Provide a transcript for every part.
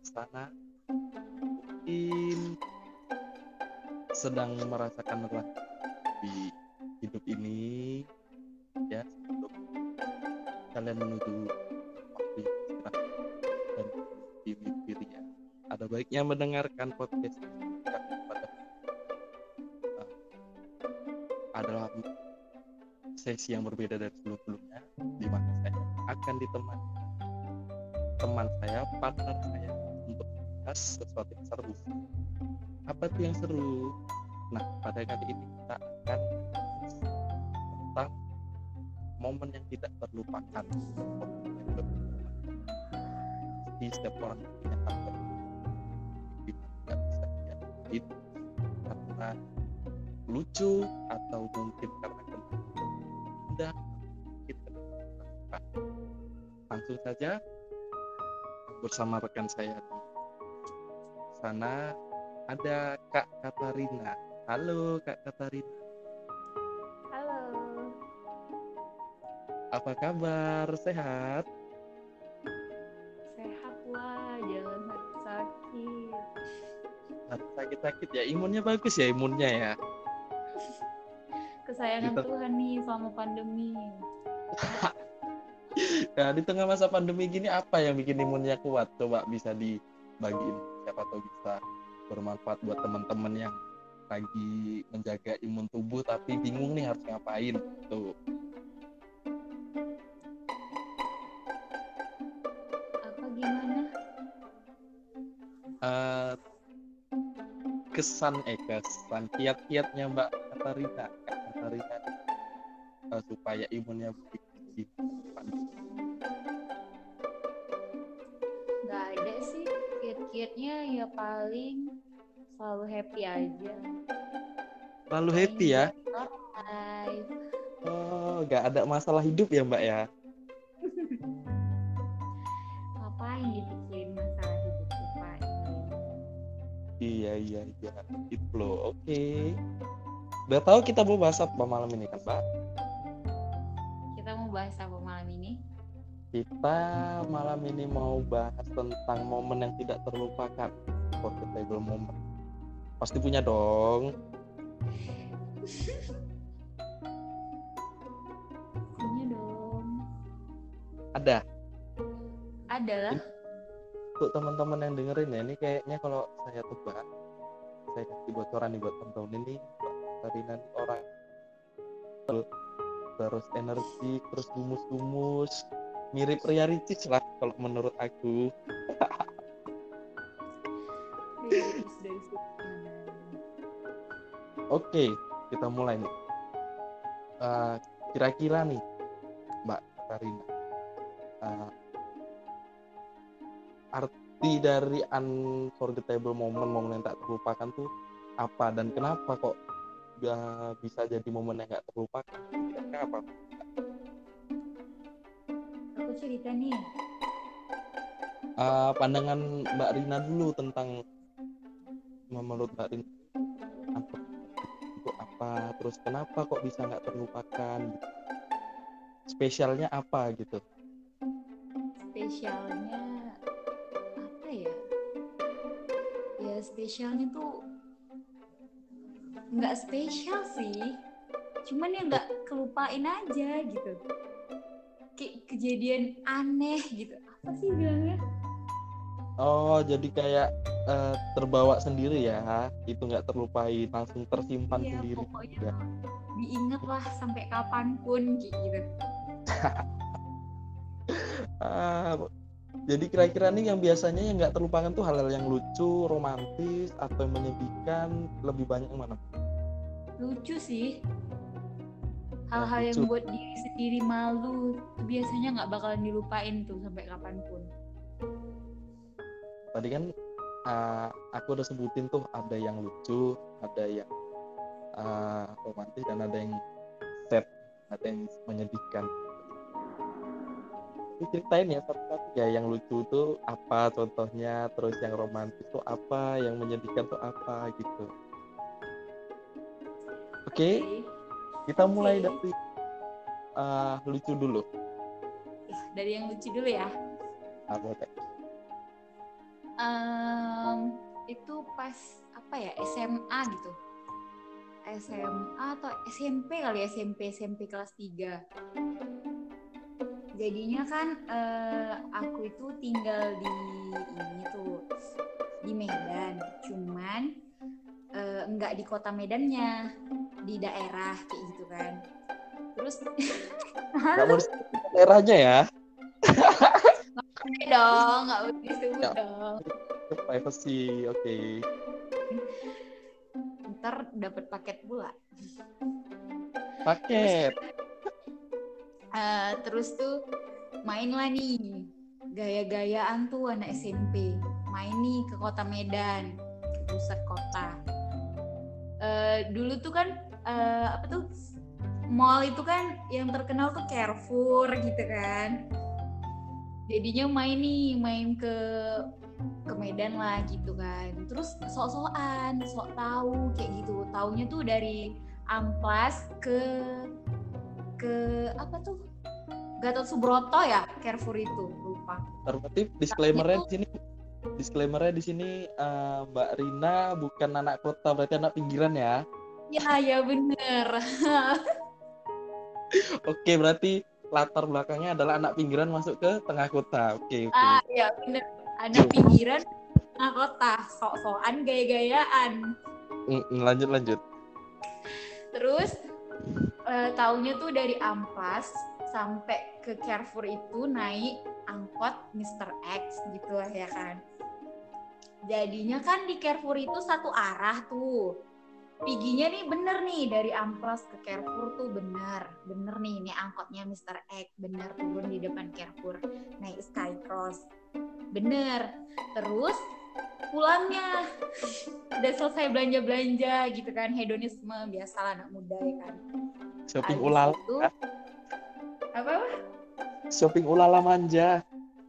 sana mungkin sedang merasakan lelah di hidup ini, ya, sebelum kalian menuju waktu yang istirahat dan mimpi ya. Ada baiknya mendengarkan podcast ini karena uh, adalah sesi yang berbeda dari sebelum-sebelumnya, di mana saya akan ditemani teman saya, partner saya untuk membahas sesuatu yang seru. Apa tuh yang seru? Nah, pada kali ini kita akan tentang momen yang tidak terlupakan. Pasti setiap orang punya hal di mana tidak bisa dilupain karena lucu atau mungkin karena indah, mungkin karena terlupakan. Langsung saja bersama rekan saya di sana ada Kak Katarina. Halo Kak Katarina. Halo. Apa kabar? Sehat? Sehat lah, jangan sakit-sakit. Sakit-sakit ya, imunnya bagus ya imunnya ya. Kesayangan Tuhan nih selama pandemi. Nah, di tengah masa pandemi gini apa yang bikin imunnya kuat? Coba bisa dibagiin, siapa tahu bisa bermanfaat buat teman-teman yang lagi menjaga imun tubuh tapi bingung nih harus ngapain tuh. Apa gimana? Kesan kiat-kiatnya Mbak Katarina supaya imunnya begitu. Gak ada sih kiat-kiatnya, ya paling selalu happy aja. Selalu happy ya? Life. Oh, gak ada masalah hidup ya Mbak ya? Ngapain dipikirin masalah hidup, lupain. Iya itu loh. Oke. Udah tahu kita mau bahas apa malam ini kan Mbak? Kita mau bahas apa malam ini? Kita malam ini mau bahas tentang momen yang tidak terlupakan, unforgettable moment. Pasti punya dong. Punya dong. Ada lah. Untuk teman-teman yang dengerin ya, ini kayaknya kalau saya tebak, saya kasih bocoran nih buat teman-teman ini, Mbak Karina nih orang terus energi, terus gumus-gumus, mirip Ria Ricis lah kalau menurut aku. Oke, kita mulai nih. Kira-kira nih Mbak Karina, arti dari unforgettable momen yang tak terlupakan tuh apa dan kenapa kok gak bisa jadi momen yang gak terlupakan? Kenapa? Aku cerita nih. Pandangan Mbak Rina dulu tentang menurut Mbak Rina itu apa, terus kenapa kok bisa nggak terlupakan, spesialnya apa gitu? Spesialnya apa ya? Ya spesialnya tuh nggak spesial sih, cuman ya nggak kelupain aja gitu. Kayak kejadian aneh gitu. Apa sih bilangnya? Oh, jadi kayak terbawa sendiri ya, itu nggak terlupain, langsung tersimpan iya, sendiri. Pokoknya Ya. Diingat lah sampai kapanpun gitu. Jadi kira-kira nih yang biasanya yang nggak terlupakan tuh hal-hal yang lucu, romantis, atau yang menyedihkan, lebih banyak yang mana? Lucu sih. Hal-hal yang buat diri sendiri malu biasanya nggak bakalan dilupain tuh sampai kapanpun. Tadi kan aku udah sebutin tuh, ada yang lucu, ada yang romantis, dan ada yang sad, ada yang menyedihkan. Ceritain ya satu-satu ya, yang lucu tuh apa contohnya, terus yang romantis tuh apa, yang menyedihkan tuh apa gitu. Oke. Kita mulai dari lucu dulu. Dari yang lucu dulu ya. Boleh. pas apa ya SMA gitu. SMA atau SMP kali ya, SMP kelas 3. Jadinya kan aku itu tinggal di ini tuh di Medan, cuman enggak di kota Medannya, di daerah kayak gitu kan. Terus Nggak mau disebut daerahnya ya. dong, nggak boleh disebut Ya. dong. Privacy, oke. Ntar dapat paket pula. Paket. Terus tuh main lah nih, gaya-gayaan tuh anak SMP. Main nih ke kota Medan, ke pusat kota. Dulu tuh kan apa tuh mall itu kan yang terkenal tuh Carrefour gitu kan. Jadinya main ke Medan lah gitu kan. Terus sok-sokan, sok tahu kayak gitu. Taunya tuh dari Amplas ke apa tuh? Gatot Subroto ya, Carrefour itu, lupa. Berarti disclaimer-nya di sini. Disclaimer-nya di sini Mbak Rina bukan anak kota, berarti anak pinggiran ya. Ya bener. Oke, berarti latar belakangnya adalah anak pinggiran masuk ke tengah kota. Oke. Ya bener. Anak pinggiran tengah kota, sok-sokan gaya-gayaan. Lanjut. Terus taunya tuh dari Amplas sampai ke Carrefour itu naik angkot Mr. X gitu lah ya kan. Jadinya kan di Carrefour itu satu arah tuh. Piginya nih bener nih dari Amplas ke Carrefour tuh bener nih ini angkotnya Mr. X, bener turun di depan Carrefour naik Skycross, bener. Terus pulangnya udah selesai belanja gitu kan, hedonisme biasalah anak muda ya kan. Shopping ulala. Apa? Shopping ulala manja.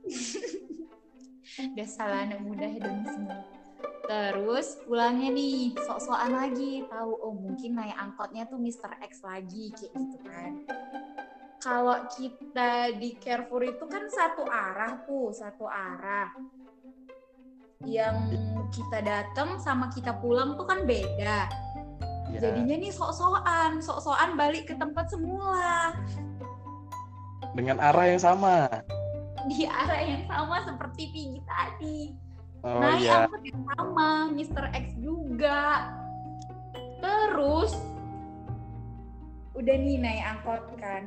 Biasalah anak muda hedonisme. Terus pulangnya nih sok-sokan lagi, tahu oh mungkin naik angkotnya tuh Mr. X lagi kayak gitu kan. Kalau kita di Carrefour itu kan satu arah. Yang kita datang sama kita pulang tuh kan beda. Ya. Jadinya nih sok-sokan balik ke tempat semula. Dengan arah yang sama. Di arah yang sama seperti Pigi tadi. Oh, naik iya. angkot yang sama, Mr. X juga. Terus udah nih naik angkot.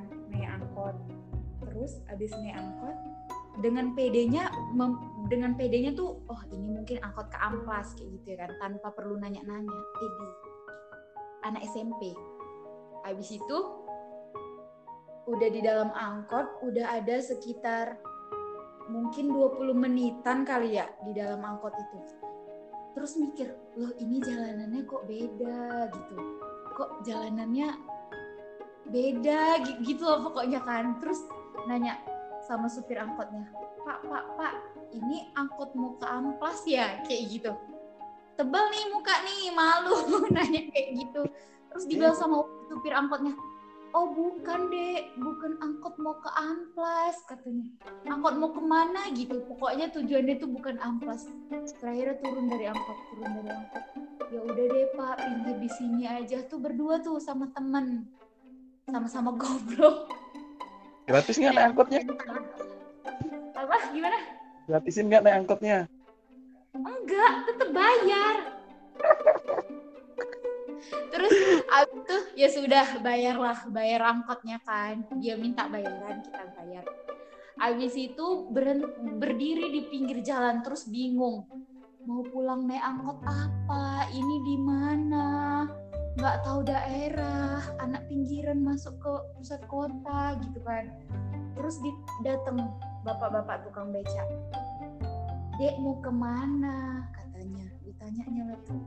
Terus abis naik angkot dengan PD-nya tuh oh ini mungkin angkot ke Amplas kayak gitu ya kan, tanpa perlu nanya-nanya. PD anak SMP. Abis itu udah di dalam angkot, udah ada sekitar mungkin 20 menitan kali ya di dalam angkot itu. Terus mikir, loh ini jalanannya kok beda gitu. Kok jalanannya beda gitu loh pokoknya kan. Terus nanya sama supir angkotnya, Pak, ini angkot mau ke Amplas ya? Kayak gitu. Tebal nih muka nih, malu nanya kayak gitu. Terus dibilang sama supir angkotnya, oh bukan dek, bukan angkot mau ke Amplas katanya. Angkot mau kemana gitu, pokoknya tujuannya tuh bukan Amplas. Terakhirnya turun dari angkot. Ya udah deh Pak, pinggir di sini aja tuh berdua tuh sama temen, sama-sama goblok. Gratis nggak naik angkotnya? Apa? Gimana? Gratisin nggak naik angkotnya? Enggak, tetep bayar. Terus abis itu ya sudah bayar angkotnya kan, dia minta bayaran, kita bayar. Abis itu berdiri di pinggir jalan terus bingung mau pulang naik angkot apa, ini di mana, nggak tahu daerah, anak pinggiran masuk ke pusat kota gitu kan. Terus datang bapak-bapak tukang beca, dek mau kemana katanya, ditanyanya lah tuh,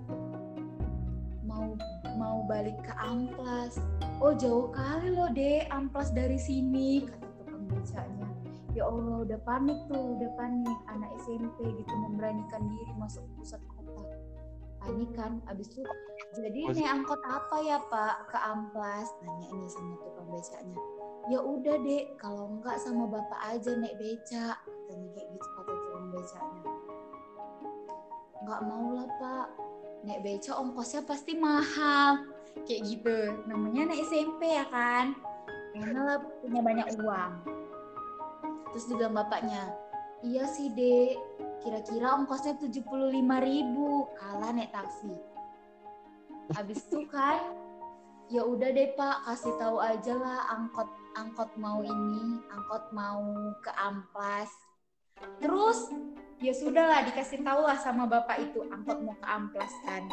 mau balik ke Amplas. Oh jauh kali loh dek Amplas dari sini, kata tukang becanya. Ya Allah, udah panik anak SMP gitu memberanikan diri masuk pusat kota. Panik kan, abis itu jadi naik angkot apa ya Pak ke Amplas, nanya ini sama tukang becanya. Ya udah dek, kalau enggak sama bapak aja naik beca, katanya kayak gitu kata tukang becanya. Enggak mau lah Pak, naik beca ongkosnya pasti mahal kayak gitu, namanya anak SMP ya kan, mana lah punya banyak uang. Terus dibilang bapaknya, iya sih dek, kira-kira ongkosnya 75.000, kalah naik taksi. Habis itu kan, ya udah deh pak, kasih tahu aja lah angkot mau ke Amplas. Terus ya sudahlah, dikasih tahu lah sama bapak itu angkot mau ke Amplas kan.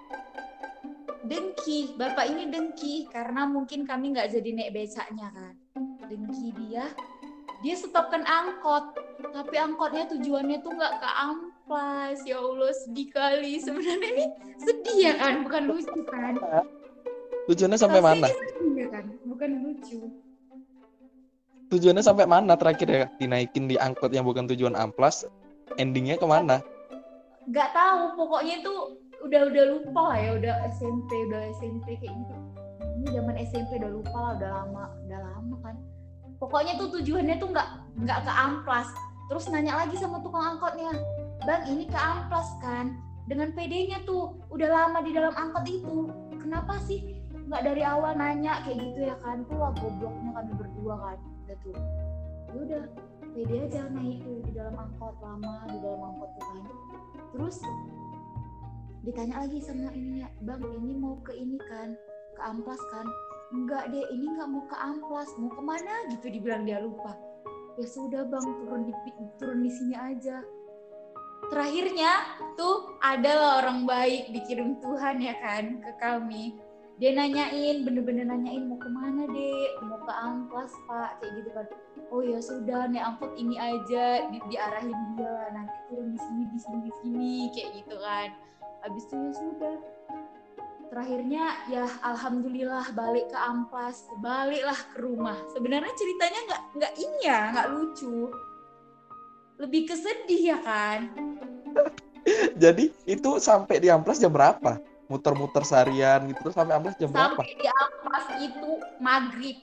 Dengki, bapak ini dengki karena mungkin kami nggak jadi naik becaknya kan. Dengki dia stopkan angkot, tapi angkotnya tujuannya tuh nggak ke Amplas. Ya Allah, sedih kali. Sebenarnya ini sedih ya kan, bukan lucu kan? Tujuannya sampai mana? Sedih ya kan, bukan lucu. Tujuannya sampai mana terakhir ya? Dinaikin di angkot yang bukan tujuan Amplas, endingnya kemana? Nggak tahu, pokoknya itu udah lupa lah ya, udah SMP kayak gitu. Ini zaman SMP udah lupa lah, udah lama kan. Pokoknya tuh tujuannya tuh nggak ke Amplas. Terus nanya lagi sama tukang angkotnya, bang ini ke Amplas kan? Dengan PD-nya tuh udah lama di dalam angkot itu, kenapa sih nggak dari awal nanya kayak gitu ya kan? Tuh lah gobloknya kami berdua kan, udah tuh. Udah PD aja naik tuh di dalam angkot, lama di dalam angkot tuh kan. Terus ditanya lagi sama ininya, bang ini mau ke ini kan, ke Amplas kan? Enggak deh, ini nggak mau ke Amplas, mau kemana gitu dibilang, dia lupa. Ya sudah bang, turun di sini aja. Terakhirnya tuh adalah orang baik dikirim Tuhan ya kan ke kami. Dia nanyain, bener-bener nanyain mau kemana dek, mau ke Amplas pak, kayak gitu kan. Oh ya sudah, naik angkot ini aja, diarahin dia, nanti turun di sini kayak gitu kan. Habis itu ya sudah. Terakhirnya ya alhamdulillah balik ke Amplas, baliklah ke rumah. Sebenarnya ceritanya nggak ini ya, nggak lucu, lebih kesedih ya kan. Jadi itu sampai di Amplas jam berapa? Muter-muter seharian gitu, terus sampai Amplas jam berapa? Sampai di Amplas itu maghrib.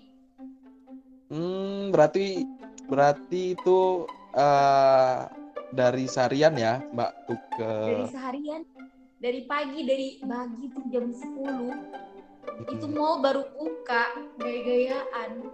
Berarti itu dari seharian ya Mbak tuh ke... Dari seharian, dari pagi tuh jam 10 itu mall baru buka, gaya-gayaan.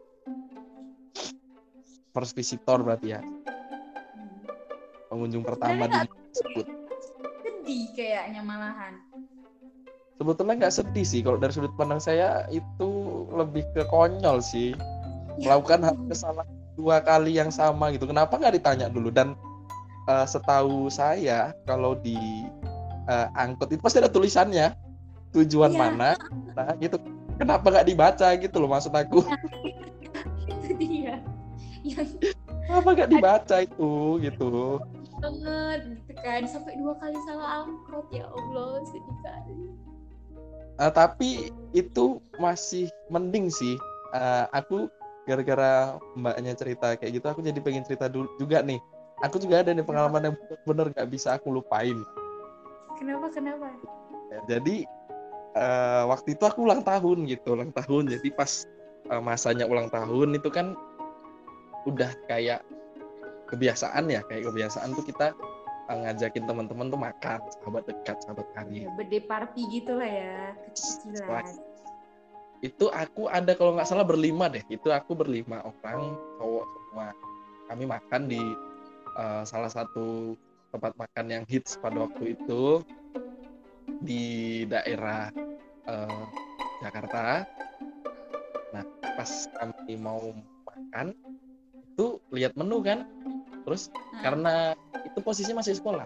First visitor berarti ya, pengunjung pertama di tersebut. Sedih kayaknya malahan. Sebetulnya nggak sedih sih, kalau dari sudut pandang saya itu lebih ke konyol sih, melakukan hal kesalahan 2 kali yang sama gitu. Kenapa nggak ditanya dulu? Dan setahu saya kalau di angkot itu pasti ada tulisannya tujuan mana, nah gitu. Kenapa nggak dibaca gitu loh, maksud aku. Itu dia. Kenapa nggak dibaca itu gitu? Banget gitu kan, sampai 2 kali salah angkot, ya Allah sedih kali. Tapi itu masih mending sih. Aku gara-gara mbaknya cerita kayak gitu, aku jadi pengen cerita dulu juga nih. Aku juga ada nih pengalaman yang bener-bener gak bisa aku lupain. Kenapa? Ya, jadi waktu itu aku ulang tahun. Jadi pas masanya ulang tahun itu kan udah kayak kebiasaan tuh kita ngajakin teman-teman tuh makan, sahabat dekat, sahabat karib. Birthday party gitu lah ya, kecil-kecilan. Itu aku ada kalau nggak salah berlima deh. Itu aku berlima orang, cowok semua. Kami makan di salah satu tempat makan yang hits pada waktu itu di daerah Jakarta. Nah, pas kami mau makan itu lihat menu kan, terus karena itu posisinya masih sekolah,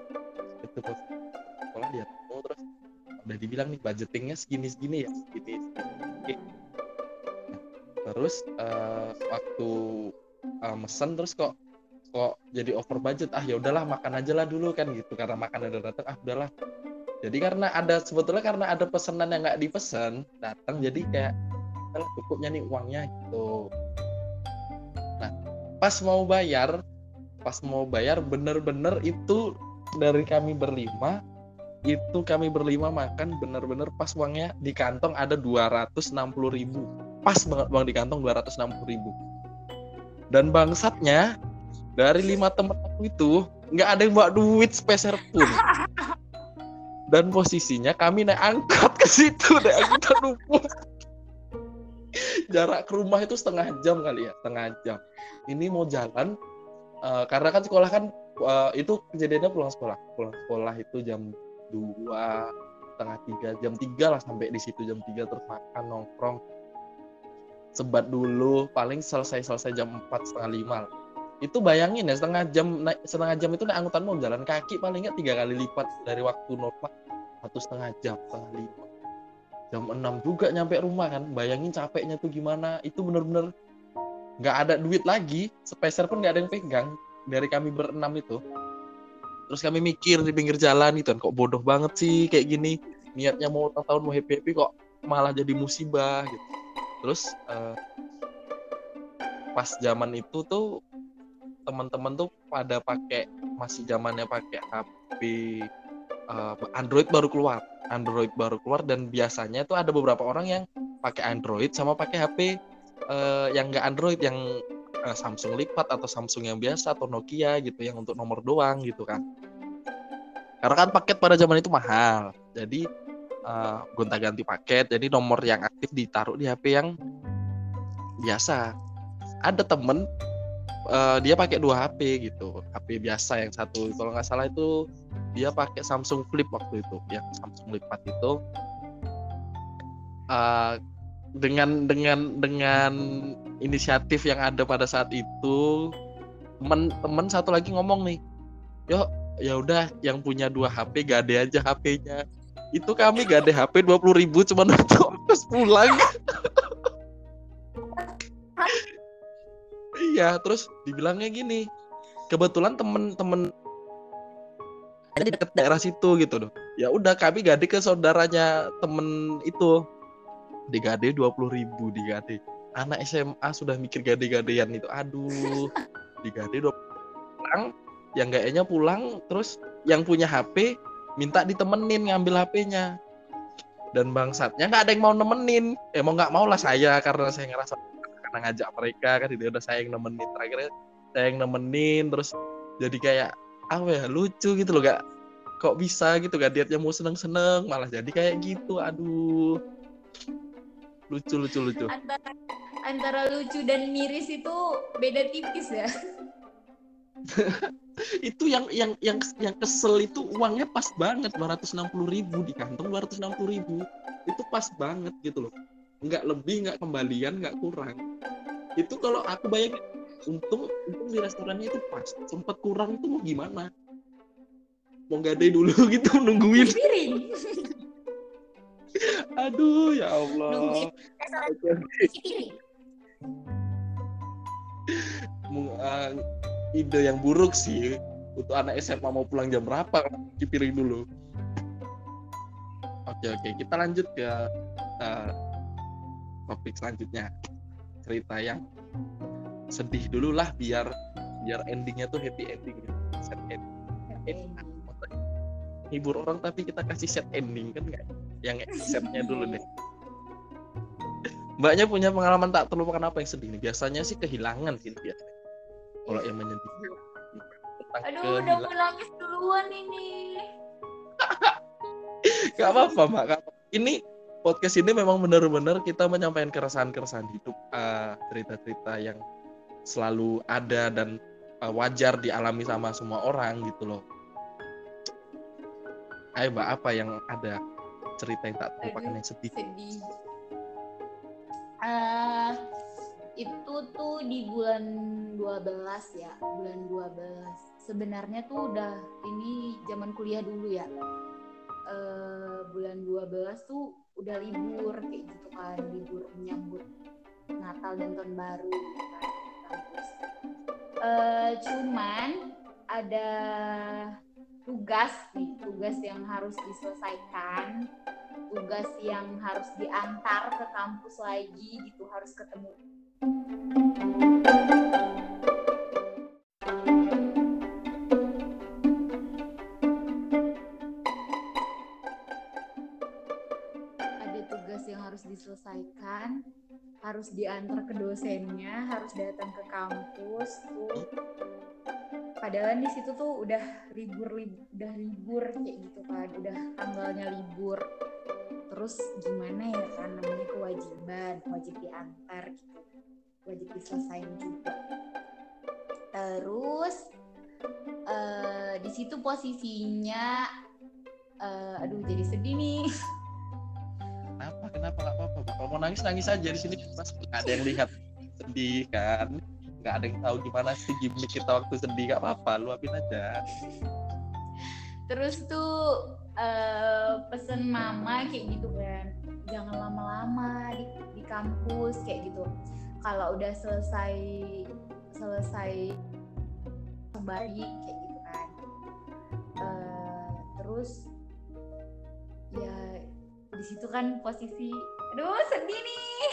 lihat menu terus udah dibilang nih budgetingnya segini ya, segini. Nah, terus waktu mesen terus kok jadi over budget, ya udahlah makan aja lah dulu kan gitu, karena makan udah datang, udahlah. Jadi karena ada pesanan yang nggak dipesan datang, jadi kayak cukupnya nih uangnya gitu. Nah, pas mau bayar bener-bener itu dari kami berlima makan bener-bener pas uangnya di kantong ada 260.000, pas banget uang di kantong 260.000. Dan bangsatnya dari 5 temen aku itu nggak ada yang bawa duit sepeser pun. Dan posisinya kami naik angkot ke situ, naik angkutan umum. Jarak ke rumah itu setengah jam kali ya, setengah jam. Ini mau jalan, karena kan sekolah kan, itu kejadiannya pulang sekolah itu jam 2, setengah 3, jam 3 lah sampai di situ, jam 3 terus makan, nongkrong, sebat dulu, paling selesai jam 4, setengah 5 lah. Itu bayangin ya, setengah jam itu naik angkutan mau jalan kaki paling nggak 3 kali lipat dari waktu normal, 1,5 jam, setengah 5. Jam 6 juga nyampe rumah kan, bayangin capeknya tuh gimana. Itu bener-bener nggak ada duit lagi, sepeser pun nggak ada yang pegang dari kami berenam itu. Terus kami mikir di pinggir jalan gitu kan, kok bodoh banget sih kayak gini, niatnya mau ulang tahun, mau happy kok malah jadi musibah gitu. Terus pas zaman itu tuh teman-teman tuh pada masih zamannya pakai HP, Android baru keluar, dan biasanya tuh ada beberapa orang yang pakai Android sama pakai HP yang nggak Android, yang Samsung lipat atau Samsung yang biasa atau Nokia gitu, yang untuk nomor doang gitu kan. Karena kan paket pada zaman itu mahal, jadi gonta-ganti paket, jadi nomor yang aktif ditaruh di HP yang biasa. Ada temen dia pakai 2 HP gitu, HP biasa yang satu kalau nggak salah itu dia pakai Samsung Flip waktu itu, yang Samsung lipat itu. Dengan inisiatif yang ada pada saat itu, temen satu lagi ngomong nih, yuk ya udah yang punya 2 HP gade aja HP-nya. Itu kami gade HP 20.000 cuma untuk ongkos pulang. Iya, terus dibilangnya gini, kebetulan temen-temen di dekat daerah situ gitu loh. Ya udah kami gade ke saudaranya temen itu, digade 20.000 digade. Anak SMA sudah mikir gade-gadean itu, aduh, digade 20 pulang, yang gaknya pulang, terus yang punya HP minta ditemenin ngambil HP-nya. Dan bangsatnya nggak ada yang mau nemenin. Mau nggak mau lah saya, karena saya ngerasa karena ngajak mereka kan, itu udah saya yang nemenin. Terakhirnya saya yang nemenin, terus jadi kayak lucu gitu loh, gak kok bisa gitu kan, dia mau seneng-seneng malah jadi kayak gitu. Aduh, lucu. Antara lucu dan miris itu beda tipis ya. Itu yang kesel itu uangnya pas banget, 260.000 di kantong, 260.000 itu pas banget gitu loh, nggak lebih, nggak kembalian, nggak kurang. Itu kalau aku bayangin, untung di restorannya itu pas, sempat kurang itu mau gimana, mau gade dulu gitu nungguin. Piring. Aduh ya Allah. Nungguin piring. Ide yang buruk sih untuk anak SMA mau pulang jam berapa, cuci piring dulu. Oke, kita lanjut ke topik selanjutnya, cerita yang sedih dulu lah, biar endingnya tuh happy ending, set ending. Hibur orang tapi kita kasih set ending kan, nggak yang setnya dulu deh. Mbaknya punya pengalaman tak terlupakan apa yang sedih nih? Biasanya sih kehilangan sih biasanya. Kalau yang menyedihkan. Aduh, udah mau nangis duluan ini. Gak apa-apa, Mbak. Ini podcast ini memang benar-benar kita menyampaikan keresahan hidup, cerita-cerita yang selalu ada dan wajar dialami sama semua orang gitu loh. Ayo Mbak, apa yang ada cerita yang tak terlupakan yang sedih? Itu tuh di bulan 12 ya, bulan 12. Sebenarnya tuh udah ini zaman kuliah dulu ya. Bulan 12 tuh udah libur kayak gitu kan, libur menyambut Natal dan Tahun Baru kan, kampus. Cuman ada tugas yang harus diselesaikan, tugas yang harus diantar ke kampus lagi gitu, harus ketemu. Ada tugas yang harus diselesaikan, harus diantar ke dosennya, harus datang ke kampus tuh. padahal di situ tuh udah libur kayak gitu kan, udah tanggalnya libur. Terus gimana ya kan, namanya kewajiban, wajib diantar gitu, wajib diselesain juga. Terus di situ posisinya aduh jadi sedih nih. Kenapa nggak apa-apa. Kalau mau nangis aja di sini, mas nggak ada yang lihat sedih kan, nggak ada yang tahu gimana sih gimmick kita waktu sedih. Nggak apa-apa, luapin aja. Terus tuh pesen mama kayak gitu kan, jangan lama-lama di kampus kayak gitu. Kalau udah selesai kembali kayak gitu kan. Terus ya di situ kan posisi, aduh sedih nih.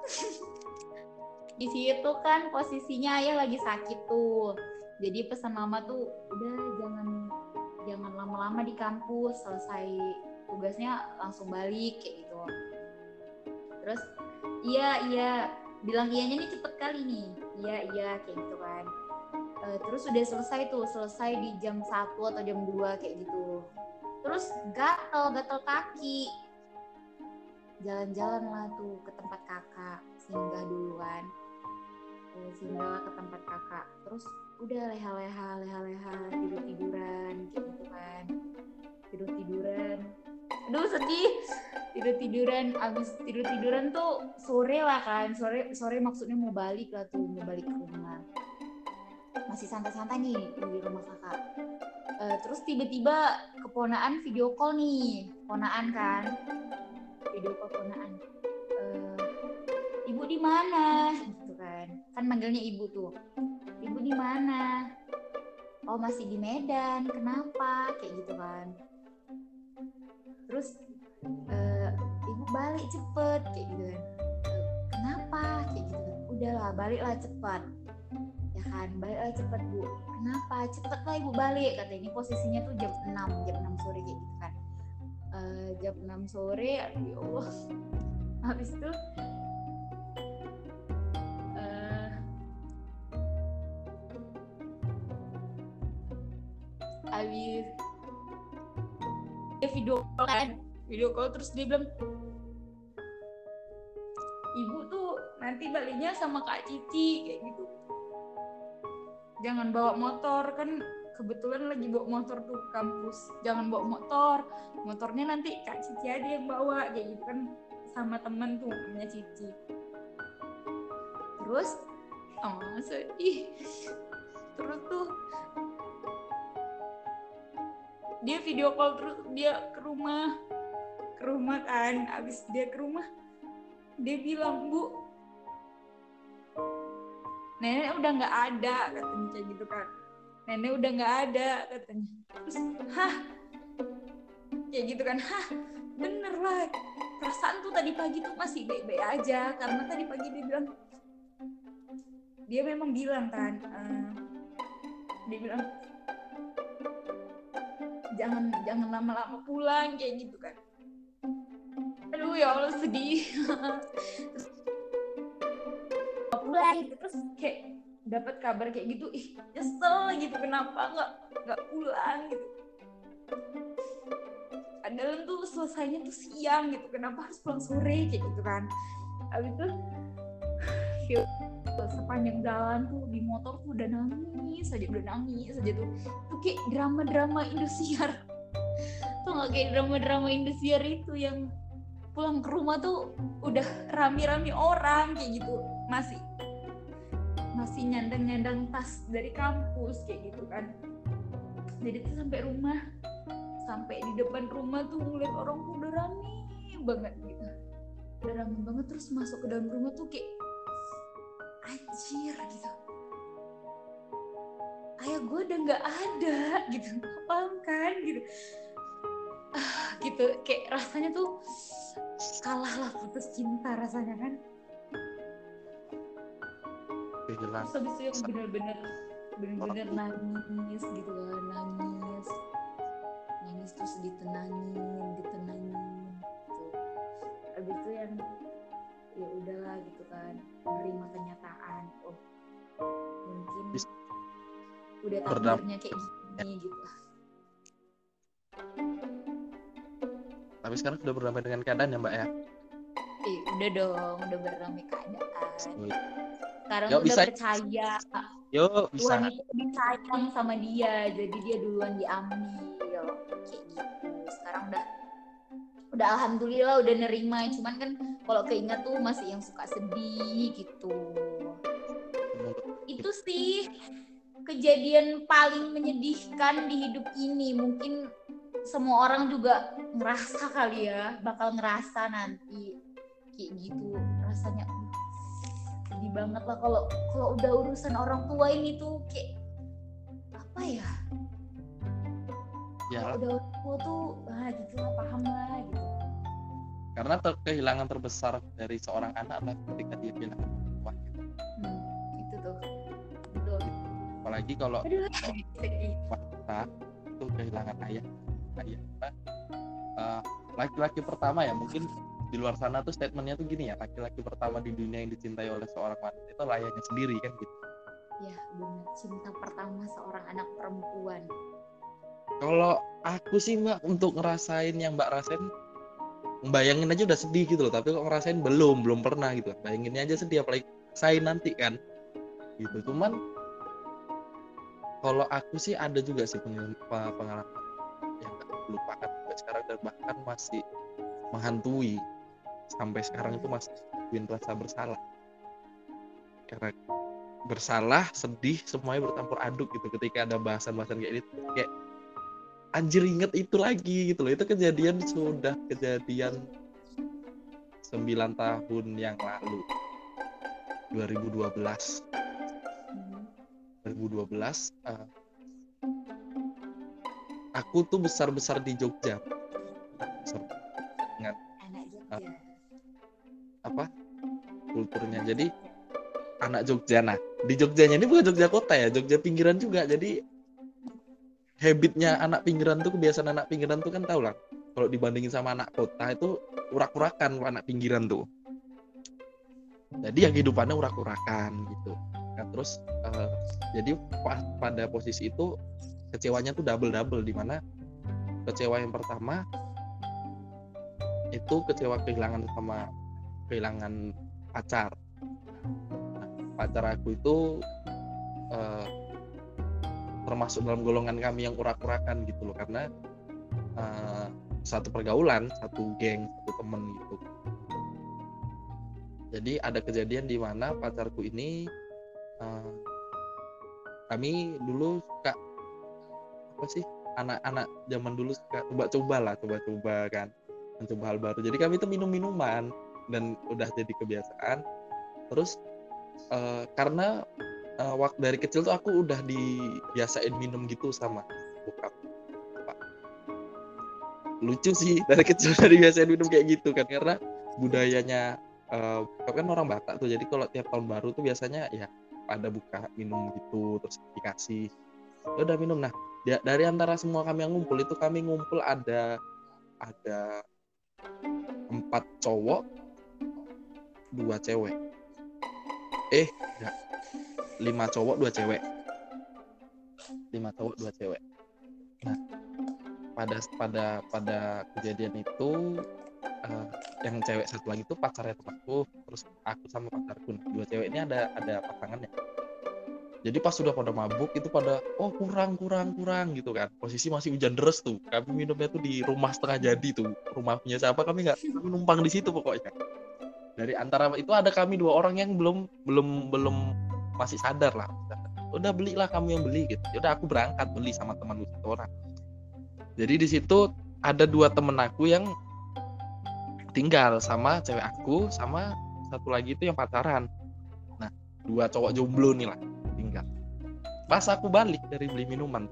Di situ kan posisinya ayah lagi sakit tuh. Jadi pesan mama tuh udah jangan lama-lama di kampus, selesai tugasnya langsung balik kayak gitu. Terus iya bilang iyanya nih cepet kali nih, iya kayak gitu kan. Terus udah selesai di jam 1 atau jam 2 kayak gitu. Terus gatel kaki, jalan-jalan lah tuh ke tempat kakak, singgah duluan, singgah ke tempat kakak. Terus udah leha-leha tiduran kayak gitu kan, tiduran. Aduh sedih, abis tiduran tuh sore lah kan, sore maksudnya mau balik ke rumah, masih santai-santai nih di rumah kakak. Terus tiba-tiba keponaan video call nih, video call ponaan. Ibu di mana gitu kan manggilnya ibu tuh, ibu di mana, oh masih di Medan, kenapa kayak gitu kan. Terus ibu balik cepet kayak gitu kan, kenapa kayak gitu kan, udahlah baliklah cepat ya kan, baliklah cepet bu, kenapa cepet lah ibu balik, kata ini posisinya tuh jam 6 sore kayak gitu kan. Jam 6 sore, aduh ya Allah. Habis itu habis dia video call terus dia bilang, ibu tuh nanti baliknya sama Kak Cici kayak gitu, jangan bawa motor, kan kebetulan lagi bawa motor tuh ke kampus, jangan bawa motornya nanti Kak Cici aja yang bawa kayak gitu kan, sama temen tuh namanya Cici. Terus sedih. Terus tuh dia video call, terus dia ke rumah kan. Abis dia ke rumah, dia bilang, bu, nenek udah nggak ada, katanya kayak gitu kan, nenek udah nggak ada katanya. Terus kayak gitu kan, bener lah, perasaan tuh tadi pagi tuh masih baik-baik aja, karena tadi pagi dia memang bilang kan, dia bilang jangan lama-lama pulang kayak gitu kan. Aduh ya Allah sedih. Terus pulang gitu, terus kayak dapat kabar kayak gitu, nyesel gitu, kenapa nggak pulang gitu. Padahal tuh selesainya tuh siang gitu, kenapa harus pulang sore kayak gitu kan. Habis itu sepanjang jalan tuh di motor tuh udah nangis aja tuh kayak drama Indosiar tuh, nggak kayak drama Indosiar itu yang pulang ke rumah tuh udah rame-rame orang kayak gitu, masih nyandang tas dari kampus kayak gitu kan. Jadi tuh sampai di depan rumah tuh ngeliat orang tuh udah rame banget gitu, terus masuk ke dalam rumah tuh kayak anjir gitu, ayah gue udah nggak ada gitu, paham kan gitu. Gitu kayak rasanya tuh kalah lah putus cinta rasanya kan. Terus habis itu yang bener-bener nangis gitu kan, nangis terus ditenangin gitu. Habis itu yang ya udahlah gitu kan, menerima kenyataan, oh mungkin udah takdirnya kayak gini gitu. Tapi sekarang sudah berdamai dengan keadaan ya Mbak ya? Udah dong, udah berdamai keadaan. Sekarang Yuk, udah bisa. percaya Yuk, bisa. Tuhan itu lebih sayang sama dia, jadi dia duluan diambil kayak gitu. Sekarang udah alhamdulillah udah nerima, cuman kan kalau keinget tuh masih yang suka sedih gitu. Itu sih kejadian paling menyedihkan di hidup ini. Mungkin semua orang juga ngerasa kali ya, bakal ngerasa nanti kayak gitu rasanya. Sedih banget lah kalau udah urusan orang tua ini tuh kayak apa ya? Kalau udah orang tua tuh gitu lah, paham lah gitu. Karena kehilangan terbesar dari seorang anak adalah ketika dia kehilangan orang tuanya. Itu tuh. Betul. Apalagi kalau wanita itu kehilangan ayah. Laki-laki pertama ya, mungkin di luar sana tuh statementnya tuh gini ya, laki-laki pertama di dunia yang dicintai oleh seorang wanita itu ayahnya sendiri kan gitu. Ya benar, cinta pertama seorang anak perempuan. Kalau aku sih Mbak, untuk ngerasain yang Mbak rasain, bayangin aja udah sedih gitu loh, tapi kok ngerasain belum pernah gitu. Bayanginnya aja sedih, apalagi saya nanti kan gitu. Cuman kalau aku sih ada juga sih pengalaman yang gak lupakan sampai sekarang, dan bahkan masih menghantui sampai sekarang, itu masih bikin rasa bersalah. Karena bersalah, sedih, semuanya bercampur aduk gitu ketika ada bahasan-bahasan kayak gitu. Kayak anjir, inget itu lagi gitu loh. Itu sudah kejadian 9 tahun yang lalu, 2012. Aku tuh besar di Jogja. Dengan kulturnya. Jadi anak Jogja. Nah, di Jogjanya ini bukan Jogja kota ya, Jogja pinggiran juga. Jadi habitnya anak pinggiran tuh, kebiasaan anak pinggiran tuh kan tau lah, kalau dibandingin sama anak kota itu urak-urakan anak pinggiran tuh. Jadi yang hidupannya urak-urakan gitu. Nah, terus jadi pada posisi itu kecewanya tuh double, di mana kecewa yang pertama itu kecewa kehilangan pacar. Nah, pacar aku itu termasuk dalam golongan kami yang urak-urakan gitu loh, karena satu pergaulan, satu geng, satu temen gitu. Jadi ada kejadian di mana pacarku ini, kami dulu suka anak-anak zaman dulu suka coba-coba kan, mencoba hal baru. Jadi kami itu minum-minuman dan udah jadi kebiasaan. Terus karena waktu dari kecil tuh aku udah dibiasain minum gitu sama bokap. Lucu sih, dari kecil udah dibiasain minum kayak gitu kan, karena budayanya kan orang Batak tuh. Jadi kalau tiap tahun baru tuh biasanya ya pada buka minum gitu, terus dikasih, udah minum. Nah, dari antara semua kami yang ngumpul itu, kami ngumpul ada 4 cowok 2 cewek. 5 cowok 2 cewek. 5 cowok 2 cewek. Nah, pada kejadian itu yang cewek satu lagi tuh pacarnya temanku, terus aku sama pacarku. Nah, 2 cewek ini ada pasangannya. Jadi pas sudah pada mabuk itu pada kurang gitu kan. Posisi masih hujan deras tuh. Kami minumnya tuh di rumah setengah jadi tuh. Rumah punya siapa kami numpang di situ pokoknya. Dari antara itu ada kami 2 orang yang belum masih sadar lah. Udah belilah kamu yang beli gitu. Udah aku berangkat beli sama temanku 1 orang. Jadi di situ ada 2 temen aku yang tinggal sama cewek aku, sama satu lagi itu yang pacaran. Nah, 2 cowok jomblo nih lah tinggal. Pas aku balik dari beli minuman,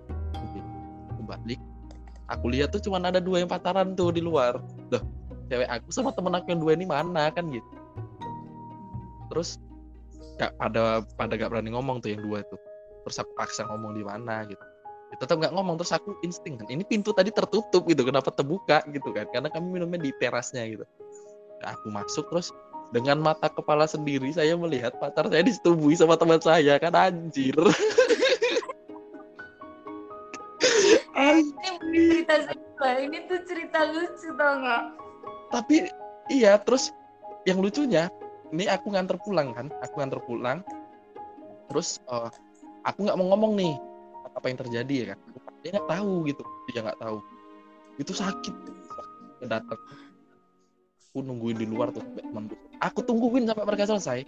aku lihat tuh cuma ada 2 yang pacaran tuh di luar. Loh, cewek aku sama temen aku yang 2 ini mana kan gitu. Terus pada gak berani ngomong tuh yang 2 itu. Terus aku paksa ngomong di mana gitu. Tetap nggak ngomong. Terus aku insting kan, ini pintu tadi tertutup gitu, kenapa terbuka gitu kan, karena kami minumnya di terasnya gitu. Nah, aku masuk, terus dengan mata kepala sendiri saya melihat pacar saya disetubuhi sama teman saya kan, anjir. Ini cerita sekolah, ini tuh cerita lucu tau nggak? Tapi iya, terus yang lucunya ini aku nganter pulang, terus aku nggak mau ngomong nih apa yang terjadi ya kan, dia nggak tahu gitu, dia nggak tahu itu sakit datang. Aku nungguin di luar tuh sampai teman aku tungguin sampai mereka selesai,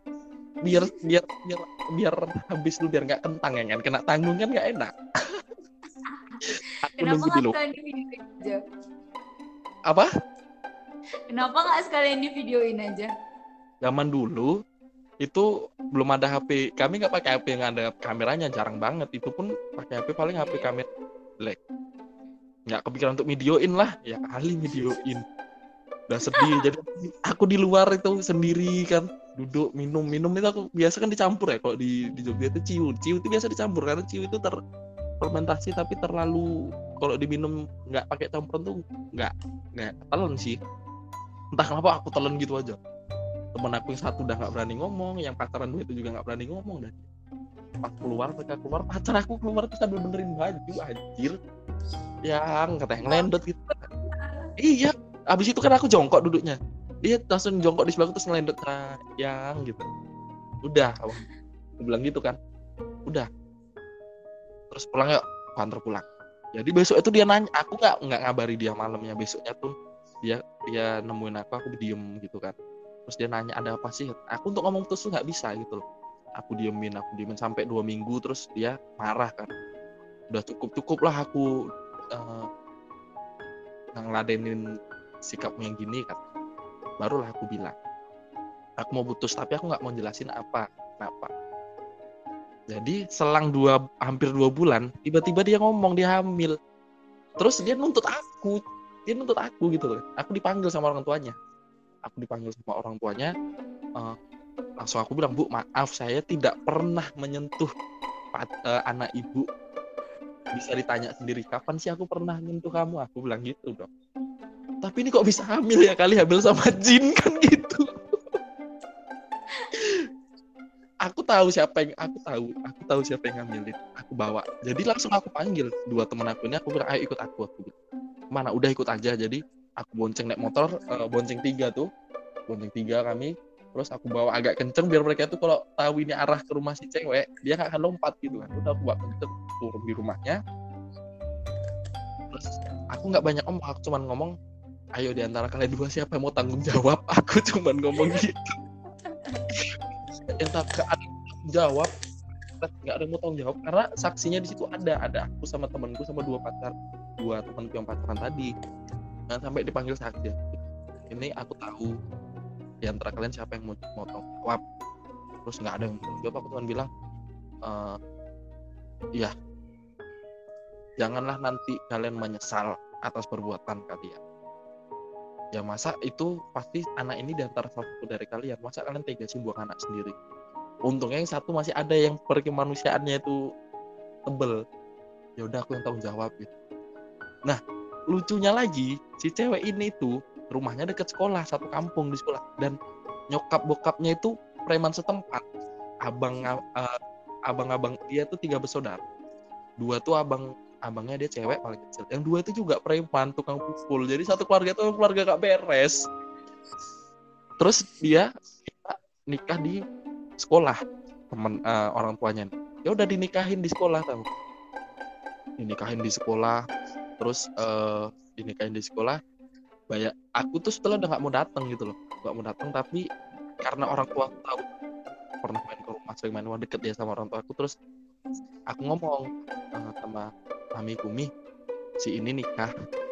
biar habis dulu, biar nggak kentang ya kan, kena tanggung kan nggak enak. Aku Kenapa nunggu di nggak luar. sekalian di videoin aja? Apa? Kenapa nggak sekalian di videoin aja? Zaman dulu itu belum ada HP, kami nggak pakai HP yang ada kameranya, jarang banget. Itu pun pakai HP paling HP kamera black. Nggak kepikiran untuk videoin lah, ya kali videoin. Udah sedih, jadi aku di luar itu sendiri kan, duduk minum itu aku biasa kan dicampur ya, kalau di Jogja itu ciu itu biasa dicampur karena ciu itu terfermentasi tapi terlalu, kalau diminum nggak pakai campuran tuh nggak telan sih, entah kenapa aku telan gitu aja. Temen aku yang satu udah nggak berani ngomong, yang pacaran dua itu juga nggak berani ngomong, dan pas mereka keluar pacar aku keluar tuh sambil benerin baju, anjir, yang katanya ngelendot gitu. Iya, abis itu kan aku jongkok duduknya, dia langsung jongkok di sebelah aku terus ngelendot yang gitu. Udah, aku bilang gitu kan, udah, terus pulang yuk, aku antar pulang. Jadi besok itu dia nanya, aku nggak ngabari dia malamnya, besoknya tuh dia nemuin aku diem gitu kan. Terus dia nanya ada apa sih, aku untuk ngomong terus tuh nggak bisa gitu loh, aku diemin sampai 2 minggu, terus dia marah kan, udah cukup lah aku ngeladenin sikapmu yang gini kan. Barulah aku bilang aku mau putus, tapi aku nggak mau jelasin kenapa. Jadi selang hampir 2 bulan tiba-tiba dia ngomong dia hamil, terus dia nuntut aku gitu loh. Aku dipanggil sama orang tuanya, langsung aku bilang, Bu, maaf saya tidak pernah menyentuh anak ibu. Bisa ditanya sendiri, kapan sih aku pernah menyentuh kamu, aku bilang gitu dong. Tapi ini kok bisa hamil ya, kali hamil sama jin kan gitu. Aku tahu siapa yang ngambilin, aku bawa. Jadi langsung aku panggil 2 teman aku ini, aku bilang ayo ikut aku bilang, mana udah ikut aja. Jadi aku bonceng naik motor, bonceng 3 kami, terus aku bawa agak kenceng biar mereka tuh kalau tahu ini arah ke rumah si cewek dia nggak akan lompat gitu kan. Udah aku bawa kenceng turun di rumahnya, terus aku nggak banyak ngomong, aku cuman ngomong, ayo diantara kalian 2 siapa yang mau tanggung jawab, aku cuman ngomong gitu. Yang tak ada jawab, nggak ada yang mau tanggung jawab karena saksinya di situ ada aku sama temanku sama 2 temanku yang pacaran tadi. Nah, sampai dipanggil saksi, ini aku tahu di antara kalian siapa yang mau tanggung jawab. Terus nggak ada yang tanggung jawab, aku cuma bilang iya, janganlah nanti kalian menyesal atas perbuatan kalian. Ya masa itu pasti anak ini di antara satu dari kalian, masa kalian tega sih buang anak sendiri. Untungnya yang satu masih ada yang perkemanusiaannya itu tebel, ya udah aku yang tanggung jawab gitu. Nah lucunya lagi, si cewek ini tuh rumahnya deket sekolah, satu kampung di sekolah, dan nyokap bokapnya itu preman setempat. Abang-abang dia tuh 3 bersaudara, 2 tuh abangnya dia cewek paling kecil, yang 2 itu juga preman, tukang pukul. Jadi satu keluarga tuh keluarga gak beres. Terus dia nikah di sekolah teman orang tuanya. Ya udah dinikahin di sekolah, tahu? Dinikahin di sekolah, terus dinikahin di sekolah. Banyak aku tuh setelah udah nggak mau datang gitu loh, tapi karena orang tua aku tahu pernah main ke rumah, sering main rumah deket ya sama orang tua aku, terus aku ngomong sama mamiku, Mi, si ini nikah,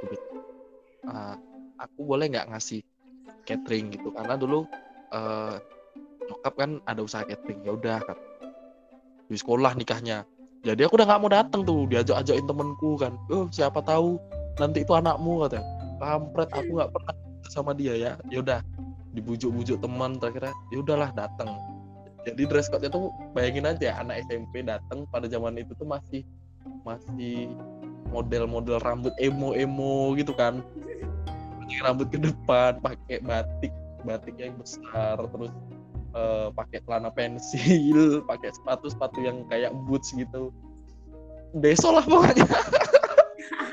aku boleh nggak ngasih catering gitu, karena dulu nyokap kan ada usaha catering. Ya udah kan, di sekolah nikahnya, jadi aku udah nggak mau datang tuh, diajak-ajakin temenku kan, siapa tahu nanti itu anakmu, katanya. Kampret, aku nggak pernah sama dia ya. Ya udah dibujuk-bujuk teman, terakhirnya ya udahlah datang. Jadi dress code-nya tuh bayangin aja, anak SMP datang pada zaman itu tuh masih model-model rambut emo gitu kan, rambut ke depan, pakai batik yang besar, terus pakai celana pensil, pakai sepatu yang kayak boots gitu, deso lah pokoknya.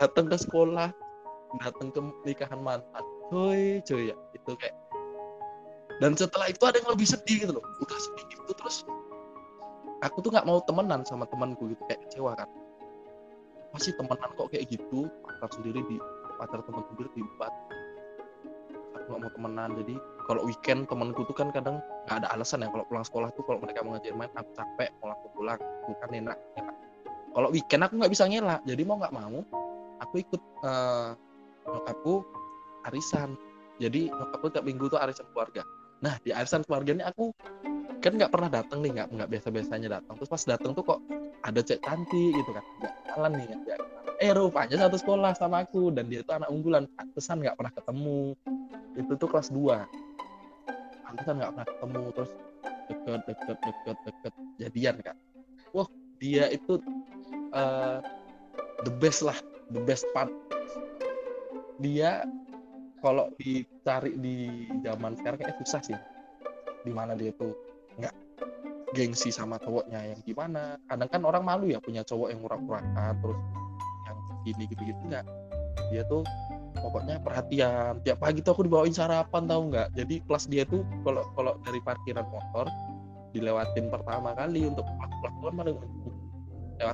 datang ke sekolah, datang ke nikahan mantan, coy ya itu kayak. Dan setelah itu ada yang lebih sedih gitu loh, udah sedih gitu terus aku tuh nggak mau temenan sama temanku gitu, kayak kecewa kan, masih temenan kok kayak gitu, pacar teman sendiri dibuat. Aku nggak mau temenan. Jadi kalau weekend temanku tuh kan kadang nggak ada alasan ya, kalau pulang sekolah tuh kalau mereka mau ngajarin main, aku capek mau langsung pulang, bukan enak. Kalau weekend aku nggak bisa ngelak, jadi mau nggak mau aku ikut nyokapku arisan. Jadi nyokapku tiap minggu tuh arisan keluarga. Nah di arisan keluarga ini aku kan nggak pernah datang nih, nggak biasa-biasanya datang. Terus pas datang tuh kok ada cek cantik gitu kan, nggak jalan nih ya. Rupanya satu sekolah sama aku dan dia tuh anak unggulan, pantesan nggak pernah ketemu. Itu tuh kelas 2, pantesan nggak pernah ketemu. Terus deket jadian kan. Wah dia itu the best part. Dia kalau dicari di zaman sekarang kayak susah sih, dimana dia tuh nggak gengsi sama cowoknya yang gimana. Kadang kan orang malu ya punya cowok yang urak-urakan terus yang gini gitu nggak. Dia tuh pokoknya perhatian. Tiap pagi tuh aku dibawain sarapan, tahu nggak. Jadi kelas dia tuh kalau dari parkiran motor dilewatin pertama kali untuk pulang kan paling lewat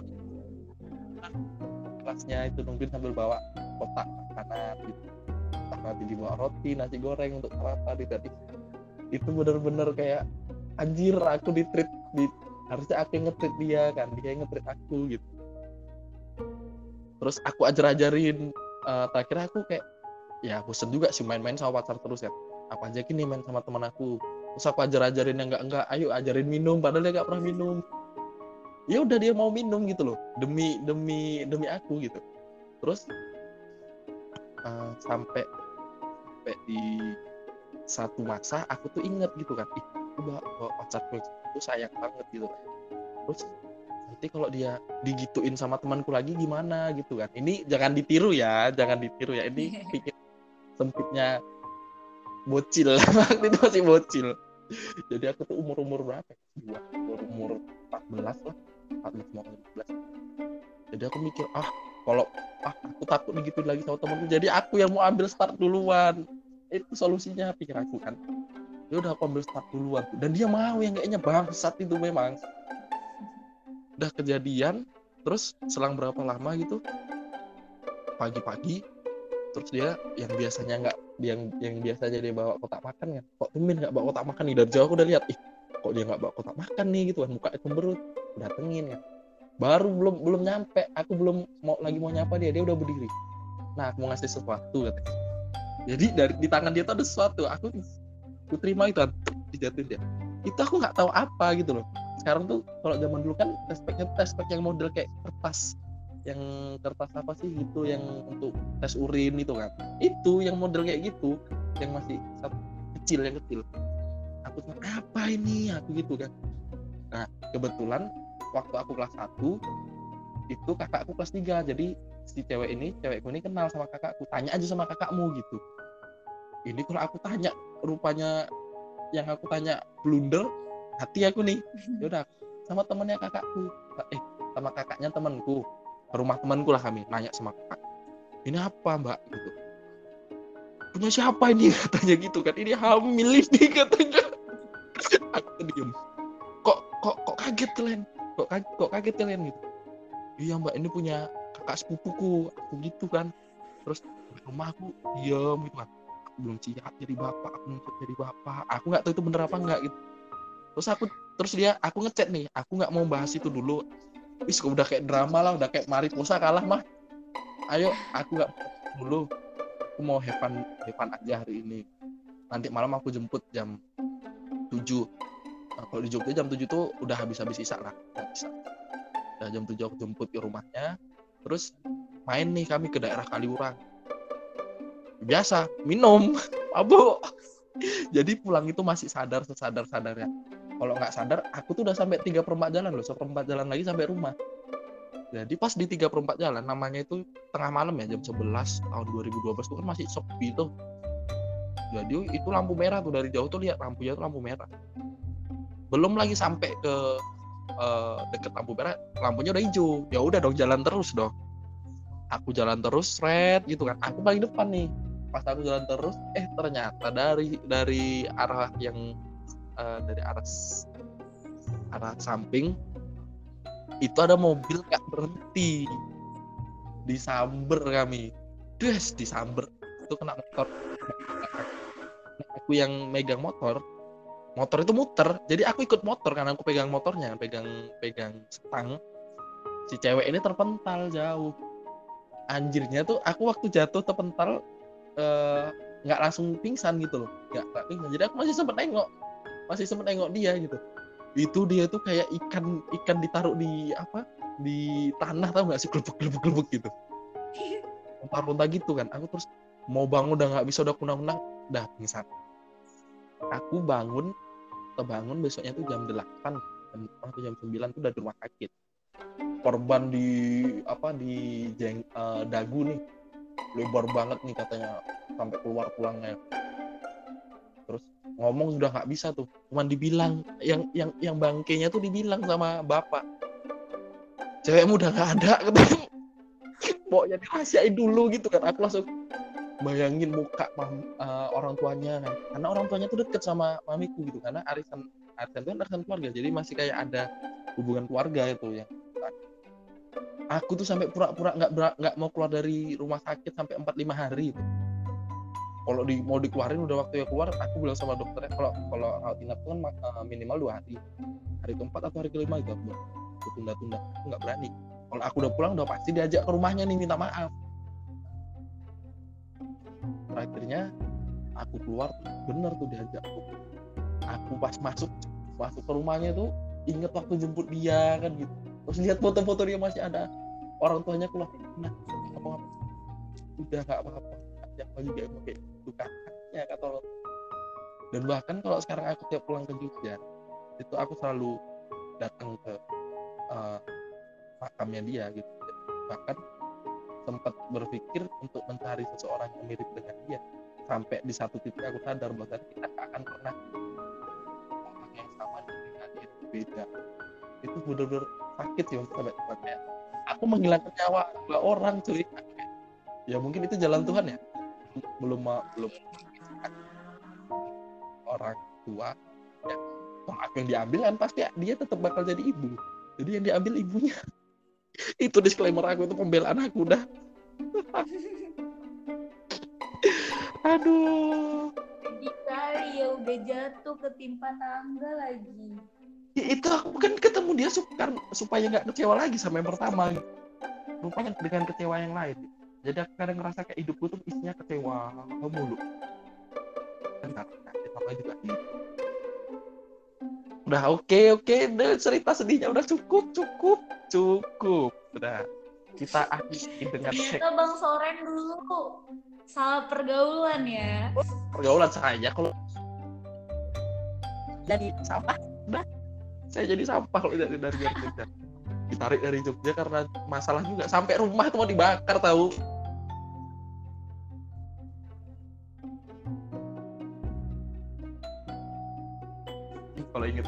kelasnya itu nungguin sambil bawa kotak makanan gitu. Nanti dibawa roti, nasi goreng untuk sarapan gitu. Itu bener-bener kayak anjir, aku harusnya aku yang nge-treat dia kan, dia yang nge-treat aku gitu. Terus aku ajarin terakhir aku kayak ya bosen juga sih main-main sama pacar terus ya, apa aja gini main sama teman aku. Terus aku ajarin yang enggak, ayo ajarin minum, padahal dia nggak pernah minum. Ya udah dia mau minum gitu loh, demi aku gitu. Terus sampai di satu masa aku tuh inget gitu kan, bawa pacarku itu sayang banget gitu kan. Terus nanti kalau dia digituin sama temanku lagi gimana gitu kan. Ini jangan ditiru ya, ini pikir sempitnya bocil. Waktu itu masih bocil. Jadi aku tuh umur berapa? Umur 14 lah, 14 mau 15. Jadi aku mikir kalau aku takut digituin lagi sama temanku, jadi aku yang mau ambil start duluan. Itu solusinya, pikir aku kan. Ya udah aku ambil start duluan tuh. Dan dia mau, yang kayaknya bangsat itu memang. Udah kejadian, terus selang berapa lama gitu, pagi-pagi, terus dia yang biasanya biasanya dia bawa kotak makan kan, kok tumben nggak bawa kotak makan nih. Dari jauh aku udah lihat, kok dia nggak bawa kotak makan nih gitu kan, muka cemberut. Datengin kan, baru belum nyampe, aku belum mau nyapa dia udah berdiri. Nah aku mau ngasih sesuatu katanya. Jadi di tangan dia tuh ada sesuatu, aku terima itu, dijatuhin dia. Itu aku nggak tahu apa gitu loh. Sekarang tuh kalau zaman dulu kan tespek yang model kayak kertas apa sih gitu, yang untuk tes urin itu kan, itu yang model kayak gitu, yang masih kecil. Aku tuh apa ini, aku gitu kan. Nah kebetulan waktu aku kelas 1 itu kakakku kelas 3, jadi si cewekku ini kenal sama kakakku. Tanya aja sama kakakmu gitu. Ini kalau aku tanya, rupanya yang aku tanya blunder, hati aku nih. Yaudah sama temannya kakakku, sama kakaknya temanku, ke rumah temanku lah kami, nanya sama kakak, ini apa mbak gitu, punya siapa ini, katanya gitu kan, ini hamil ini katanya. Aku diem, kok kaget kalian, kok kaget kalian gitu. Iya mbak, ini punya kakak sepupuku, aku gitu kan. Terus rumah aku diem gitu kan, aku belum siap jadi bapak, aku nggak tahu itu bener apa enggak gitu. Terus aku ngechat nih, aku nggak mau bahas itu dulu. Wis udah kayak drama lah, udah kayak Mariposa kalah mah. Ayo, aku nggak dulu, aku mau have fun aja hari ini. Nanti malam aku jemput jam 7. Nah, kalau di Jogja jam 7 tuh udah habis isak lah. Nah, jam 7 aku jemput ke rumahnya. Terus main nih kami ke daerah Kaliurang. Biasa, minum, mabuk. Jadi pulang itu masih sesadar-sadarnya. Kalau nggak sadar, aku tuh udah sampai 3/4 jalan loh. 1/4 jalan lagi sampai rumah. Jadi pas di 3/4 jalan, namanya itu tengah malam ya, jam 11 tahun 2012 itu kan masih sepi tuh. Jadi itu lampu merah tuh, dari jauh tuh lihat lampunya tuh lampu merah. Belum lagi sampai ke deket lampu merah, lampunya udah hijau. Ya udah dong, jalan terus dong. Aku jalan terus, gitu kan. Aku paling depan nih. Pas aku jalan terus, ternyata dari arah yang dari arah samping itu ada mobil gak berhenti, disamber kami, disamber itu kena motor. Aku yang megang motor itu muter, jadi aku ikut motor karena aku pegang motornya, pegang stang. Si cewek ini terpental jauh. Anjirnya tuh aku waktu jatuh terpental nggak langsung pingsan gitu loh, nggak pingsan. Jadi aku masih sempet nengok dia gitu. Itu dia tuh kayak ikan ditaruh di tanah, tau nggak sih, gelebek gitu, muntah gitu kan. Aku terus mau bangun udah nggak bisa, udah kunang-kunang, udah pingsan. Aku terbangun besoknya tuh jam 8 atau jam 9 tuh udah di rumah sakit. Korban di dagu nih lebar banget nih katanya, sampai keluar tulangnya. Terus ngomong sudah nggak bisa tuh, cuman dibilang yang bangkainya tuh dibilang sama bapak, cewekmu udah nggak ada katanya. Pokoknya dirahasiain dulu gitu kan. Aku langsung bayangin muka orang tuanya kan, karena orang tuanya tuh deket sama mamiku gitu, karena arisan itu kan arisan keluarga, jadi masih kayak ada hubungan keluarga itu ya. Aku tuh sampai pura-pura nggak mau keluar dari rumah sakit sampai 4-5 hari itu. Kalau mau dikeluarin udah waktunya keluar, aku bilang sama dokternya kalau rawat inap itu kan minimal 2 hari. Hari keempat atau hari kelima gitu aku tunda-tunda, aku nggak berani. Kalau aku udah pulang udah pasti diajak ke rumahnya nih minta maaf. Akhirnya aku keluar, bener tuh diajak. Aku pas masuk ke rumahnya tuh inget waktu jemput dia kan gitu. Terus lihat foto-foto dia masih ada orang tuanya keluar. Nah, apa udah nggak apa-apa, siapa juga yang pakai itu kakaknya kata orang. Dan bahkan kalau sekarang aku tiap pulang ke Jogja itu aku selalu datang ke makamnya dia gitu. Bahkan sempat berpikir untuk mencari seseorang yang mirip dengan dia, sampai di satu titik aku sadar bahwa kita akan pernah orang yang sama dengan dia, itu beda. Itu benar-benar sakit sih sampai tempatnya aku menghilangkan nyawa 2 orang cuy. Ya mungkin itu jalan Tuhan ya, belum orang tua ya. Kalau aku yang diambil kan pasti dia tetap bakal jadi ibu, jadi yang diambil ibunya. Itu disclaimer aku, itu pembelaan aku udah. Aduh, Sedih kali ya, udah jatuh ketimpa tangga lagi. ya, itu aku kan ketemu dia supaya nggak kecewa lagi sama yang pertama gitu. Rupanya dengan kecewa yang lain. Jadi aku kadang ngerasa kayak hidupku tuh isinya kecewa mulu. Enggak, apa juga gitu. Udah oke, udah cerita sedihnya udah cukup. Udah, kita akhiri dengan Ternyata Bang Soren dulu salah pergaulan ya. pergaulan saya. Kalau jadi sampah, udah saya jadi sampah kalau dari Jogja. Ditarik dari Jogja karena masalah juga, sampai rumah tuh mau dibakar tahu. Kalau inget.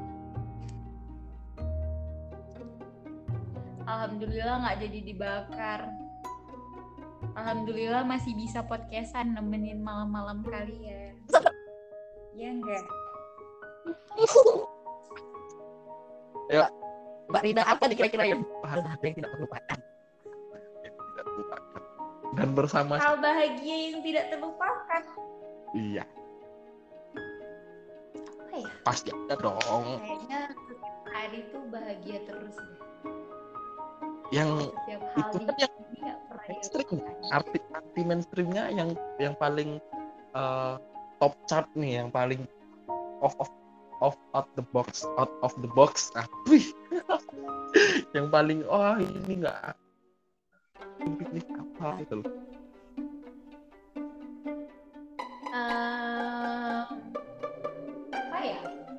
Alhamdulillah nggak jadi dibakar. Alhamdulillah masih bisa podcastan nemenin malam-malam kalian. Ya enggak? Ya, Mbak Rina, apa nih kira-kira yang tidak terlupakan? tidak terlupakan. Dan bersama Hal bahagia yang tidak terlupakan. iya, Apa ya? pasti ada dong. Kayaknya setiap hari tuh bahagia terus deh. Yang Setiap hal itu di kan yang ini nggak pernah mainstream, dilupakan. arti mainstreamnya yang paling top chart nih, yang paling out of the box. Wih. Yang paling ini nggak ini apa gitu loh. Apa ya?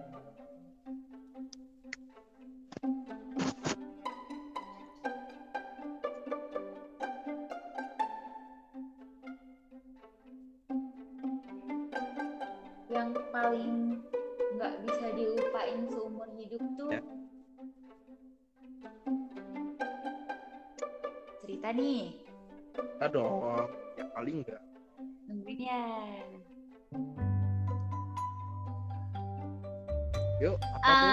Yang paling nggak bisa dilupain seumur hidup tuh Ya. cerita nih. Enggak dong, ya paling enggak. Nungguin ya. Yuk, apa tuh?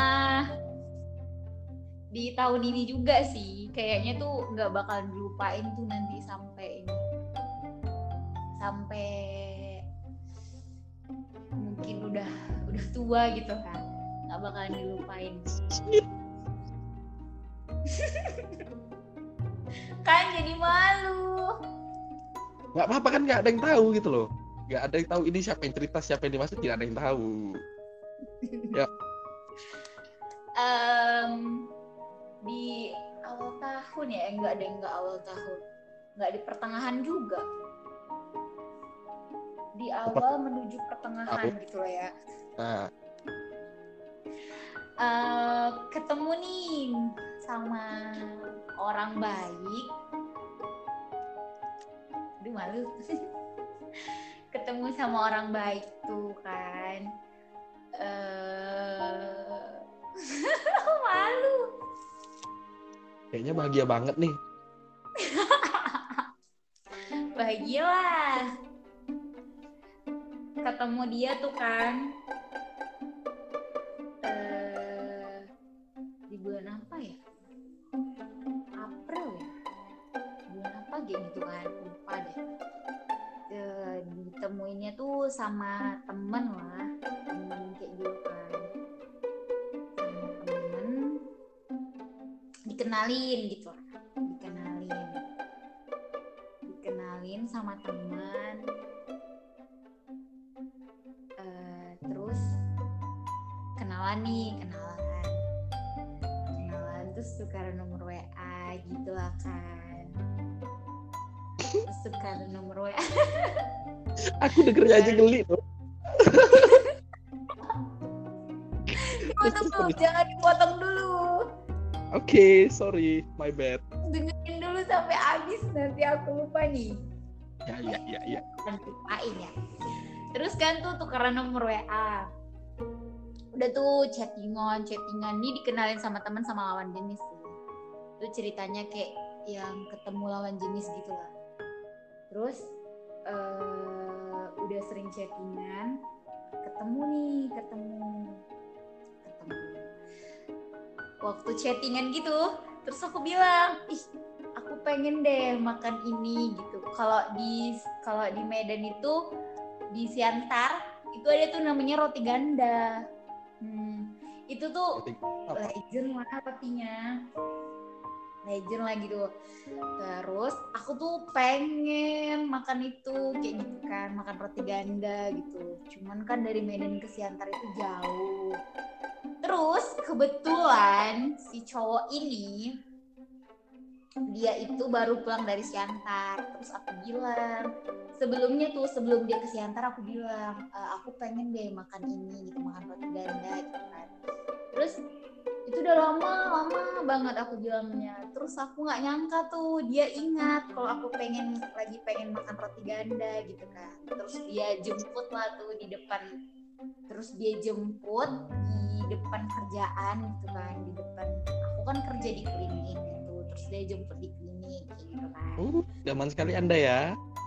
Di tahun ini juga sih, kayaknya tuh nggak bakal dilupain tuh nanti sampai ini. Sampai mungkin udah tua gitu kan. Nggak bakalan dilupain. Kan jadi malu. Nggak apa-apa kan, nggak ada yang tahu gitu loh. Nggak ada yang tahu ini siapa yang cerita, siapa yang dimaksud, tidak ada yang tahu. Ya. Di awal tahun ya, enggak awal tahun, nggak di pertengahan juga, di awal menuju pertengahan gitu lah ya. Nah, Ketemu nih sama orang baik. Aduh malu. Ketemu sama orang baik tuh kan. Malu. kayaknya bahagia banget nih. Bahagia lah. Ketemu dia tuh kan. Di bulan apa ya? April ya? Bulan apa gitu kan? Lupa deh. Ditemuinnya tuh sama temen lah. Temen kayak gitu kan. Sama temen. Dikenalin gitu lah. Dikenalin sama teman. Terus kenalan terus tukar nomor WA gitu lah kan. Terus tukar nomor WA. Aku dengernya aja geli tuh. Tunggu, jangan dipotong dulu. Oke, sorry, my bad. Dengerin dulu sampai habis, nanti aku lupa nih. Ya. Kan lupain ya. Terus kan tuh tukeran nomor WA. Udah tuh chattingan nih, dikenalin sama teman sama lawan jenis sih. Itu ceritanya kayak yang ketemu lawan jenis gitu lah. Terus udah sering chattingan, ketemu. Waktu chattingan gitu, terus aku bilang, aku pengen deh makan ini gitu. Kalau di Medan itu di Siantar itu ada tuh namanya roti ganda. Itu tuh legend lah rotinya. Legend lah gitu. Terus aku tuh pengen makan itu kayak gitu kan, makan roti ganda gitu. Cuman kan dari Medan ke Siantar itu jauh. Terus kebetulan si cowok ini dia itu baru pulang dari Siantar. Terus aku bilang, sebelum dia ke Siantar aku bilang, aku pengen deh makan ini gitu, makan roti ganda gitu kan. Terus itu udah lama banget aku bilangnya. Terus aku nggak nyangka tuh dia ingat kalau aku lagi pengen makan roti ganda gitu kan. Terus dia jemput lah tuh di depan. Terus dia jemput di depan kerjaan gitu kan, di depan. Aku kan kerja di klinik gitu. Terus dia jemput di klinik gitu kan. Zaman sekali Anda ya.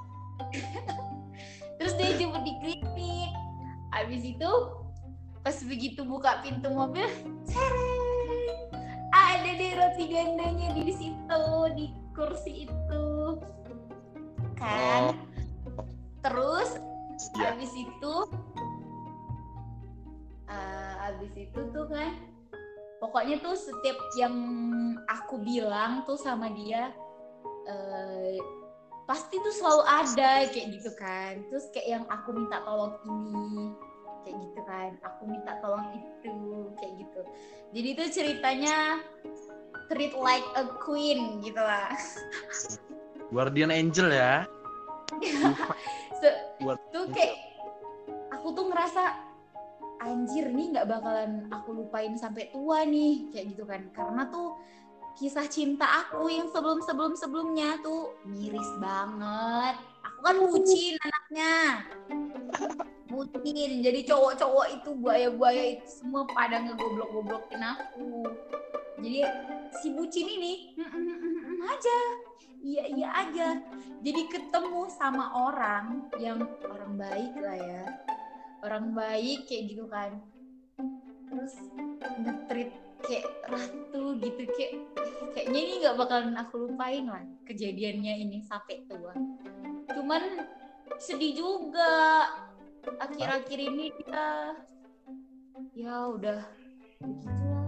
Terus dia jemput di klinik. Habis itu pas begitu buka pintu mobil, sereng, ada deh roti gandanya di situ, di kursi itu kan. Terus habis itu tuh kan, pokoknya tuh setiap yang aku bilang tuh sama dia pasti tuh selalu ada kayak gitu kan. Terus kayak yang aku minta tolong ini kayak gitu kan, aku minta tolong itu kayak gitu. Jadi itu ceritanya treat like a queen gitu lah. Guardian Angel ya. Tuh kayak aku tuh ngerasa anjir nih nggak bakalan aku lupain sampai tua nih kayak gitu kan. Karena tuh kisah cinta aku yang sebelumnya tuh miris banget. Aku kan bucin anaknya. Bucin. Jadi cowok-cowok itu, buaya-buaya itu semua pada ngegoblok-goblokin aku. Jadi si bucin ini aja iya aja. Jadi ketemu sama orang yang orang baik lah ya, orang baik kayak gitu kan, terus nge-treat kayak ratu gitu, kayaknya ini nggak bakalan aku lupain lah kejadiannya ini sampai tua. Cuman sedih juga akhir-akhir ini dia ya udah begitulah.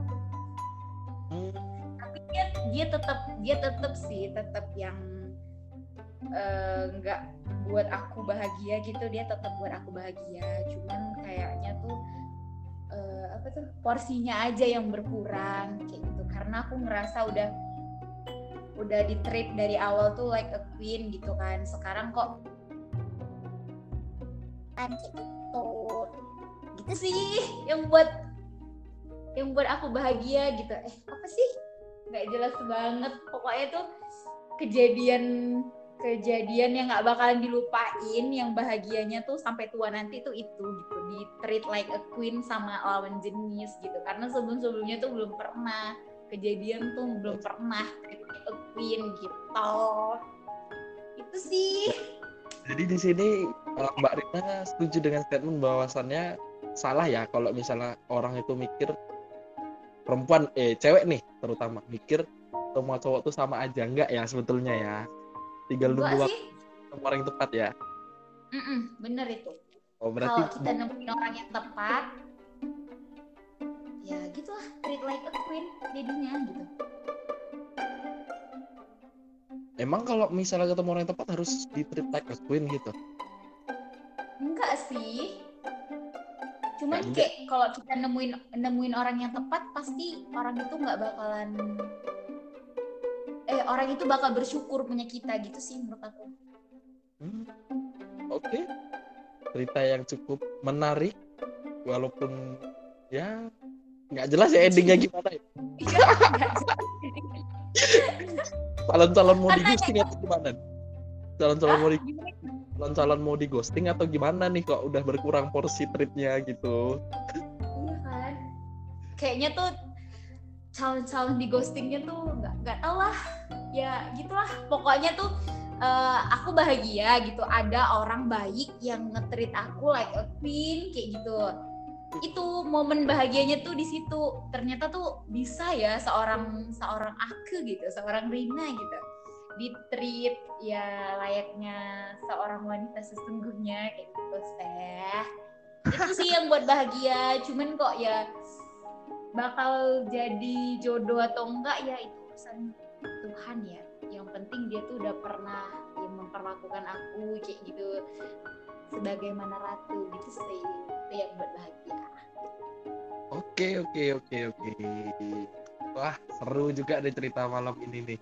Tapi dia tetap sih yang nggak buat aku bahagia gitu, dia tetap buat aku bahagia, cuman kayaknya tuh apa tuh porsinya aja yang berkurang kayak gitu, karena aku ngerasa udah di treat dari awal tuh like a queen gitu kan, sekarang kok Kan kayak gitu sih yang buat aku bahagia gitu. Apa sih, nggak jelas banget pokoknya tuh kejadian yang nggak bakalan dilupain, yang bahagianya tuh sampai tua nanti tuh itu gitu, di treat like a queen sama lawan jenis gitu, karena sebelumnya tuh belum pernah kejadian tuh, belum pernah treat like a queen gitu. Itu sih. Jadi di sini Mbak Rina setuju dengan statement bahwasannya salah ya kalau misalnya orang itu mikir perempuan cewek nih terutama mikir semua cowok tuh sama aja, enggak ya sebetulnya ya, tinggal Enggak nunggu sih. waktu orang yang tepat ya. Bener itu. Oh berarti Kalau kita nemuin orang yang tepat, ya gitulah, treat like a queen jadinya gitu. emang kalau misalnya ketemu orang yang tepat harus di treat like a queen gitu? Enggak sih. Cuman Enggak juga. kayak kalau kita nemuin orang yang tepat, pasti orang itu nggak bakalan orang itu bakal bersyukur punya kita gitu sih menurut aku. Oke. Cerita yang cukup menarik walaupun ya nggak jelas ya endingnya gimana ya. Calon-calon mau di ghosting atau gimana? Calon-calon mau di ghosting atau gimana nih kok udah berkurang porsi treatnya gitu. Iya kan. Kayaknya tuh calon-calon di ghostingnya tuh nggak tahu lah. Ya gitulah. Pokoknya tuh aku bahagia gitu. Ada orang baik yang nge-treat aku like a queen kayak gitu. Itu momen bahagianya tuh di situ. Ternyata tuh bisa ya seorang aku gitu, seorang Rina gitu, di-treat ya layaknya seorang wanita sesungguhnya kayak gitu teh. Itu sih yang buat bahagia. Cuman kok ya bakal jadi jodoh atau enggak ya itu urusan Tuhan ya. Yang penting dia tuh udah pernah yang memperlakukan aku kayak gitu sebagaimana ratu gitu sih. Itu yang buat bahagia. Oke. Wah, seru juga deh cerita malam ini nih.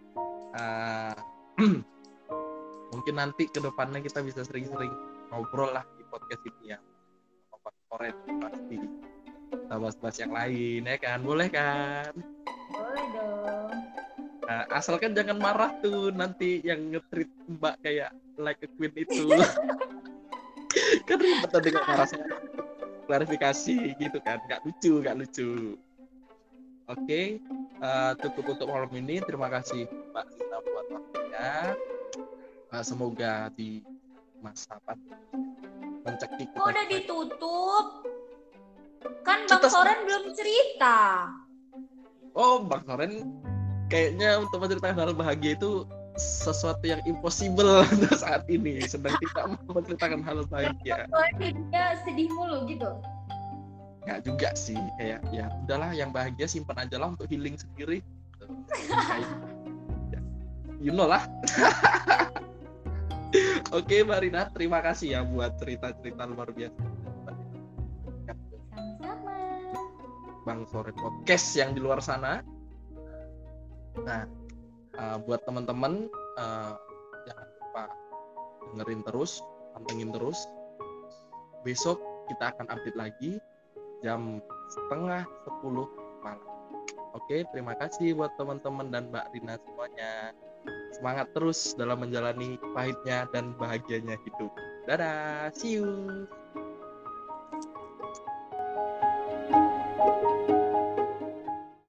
Mungkin nanti ke depannya kita bisa sering-sering ngobrol lah di podcast ini ya. Sama Koret pasti. Kita bahas-bahas yang lain ya kan? Boleh kan? Boleh dong. Asalkan jangan marah tuh nanti yang nge-treat Mbak kayak like a queen itu. Kan ribet nanti kalau marah saya. Klarifikasi gitu kan, nggak lucu. Oke, cukup untuk malam ini. Terima kasih Mbak Rina buat waktunya. Semoga di masa pandemi mencekik kita. Udah ditutup. Kan Bang Soren belum cerita. Oh, Bang Soren kayaknya untuk menceritakan hal bahagia itu sesuatu yang impossible untuk saat ini. Sedang tidak mau menceritakan hal bahagia. Dia sedih mulu gitu. Nggak juga sih, kayak ya udahlah yang bahagia simpan aja lah untuk healing sendiri. You know lah. Oke, Mbak Rina, terima kasih ya buat cerita-cerita luar biasa. Sama-sama. Bang Soren Podcast yang di luar sana. Nah, buat teman-teman jangan lupa dengerin terus, pantengin terus. Besok kita akan update lagi jam 9:30 malam. Oke, terima kasih buat teman-teman dan Mbak Rina semuanya. Semangat terus dalam menjalani pahitnya dan bahagianya hidup. Dadah, see you.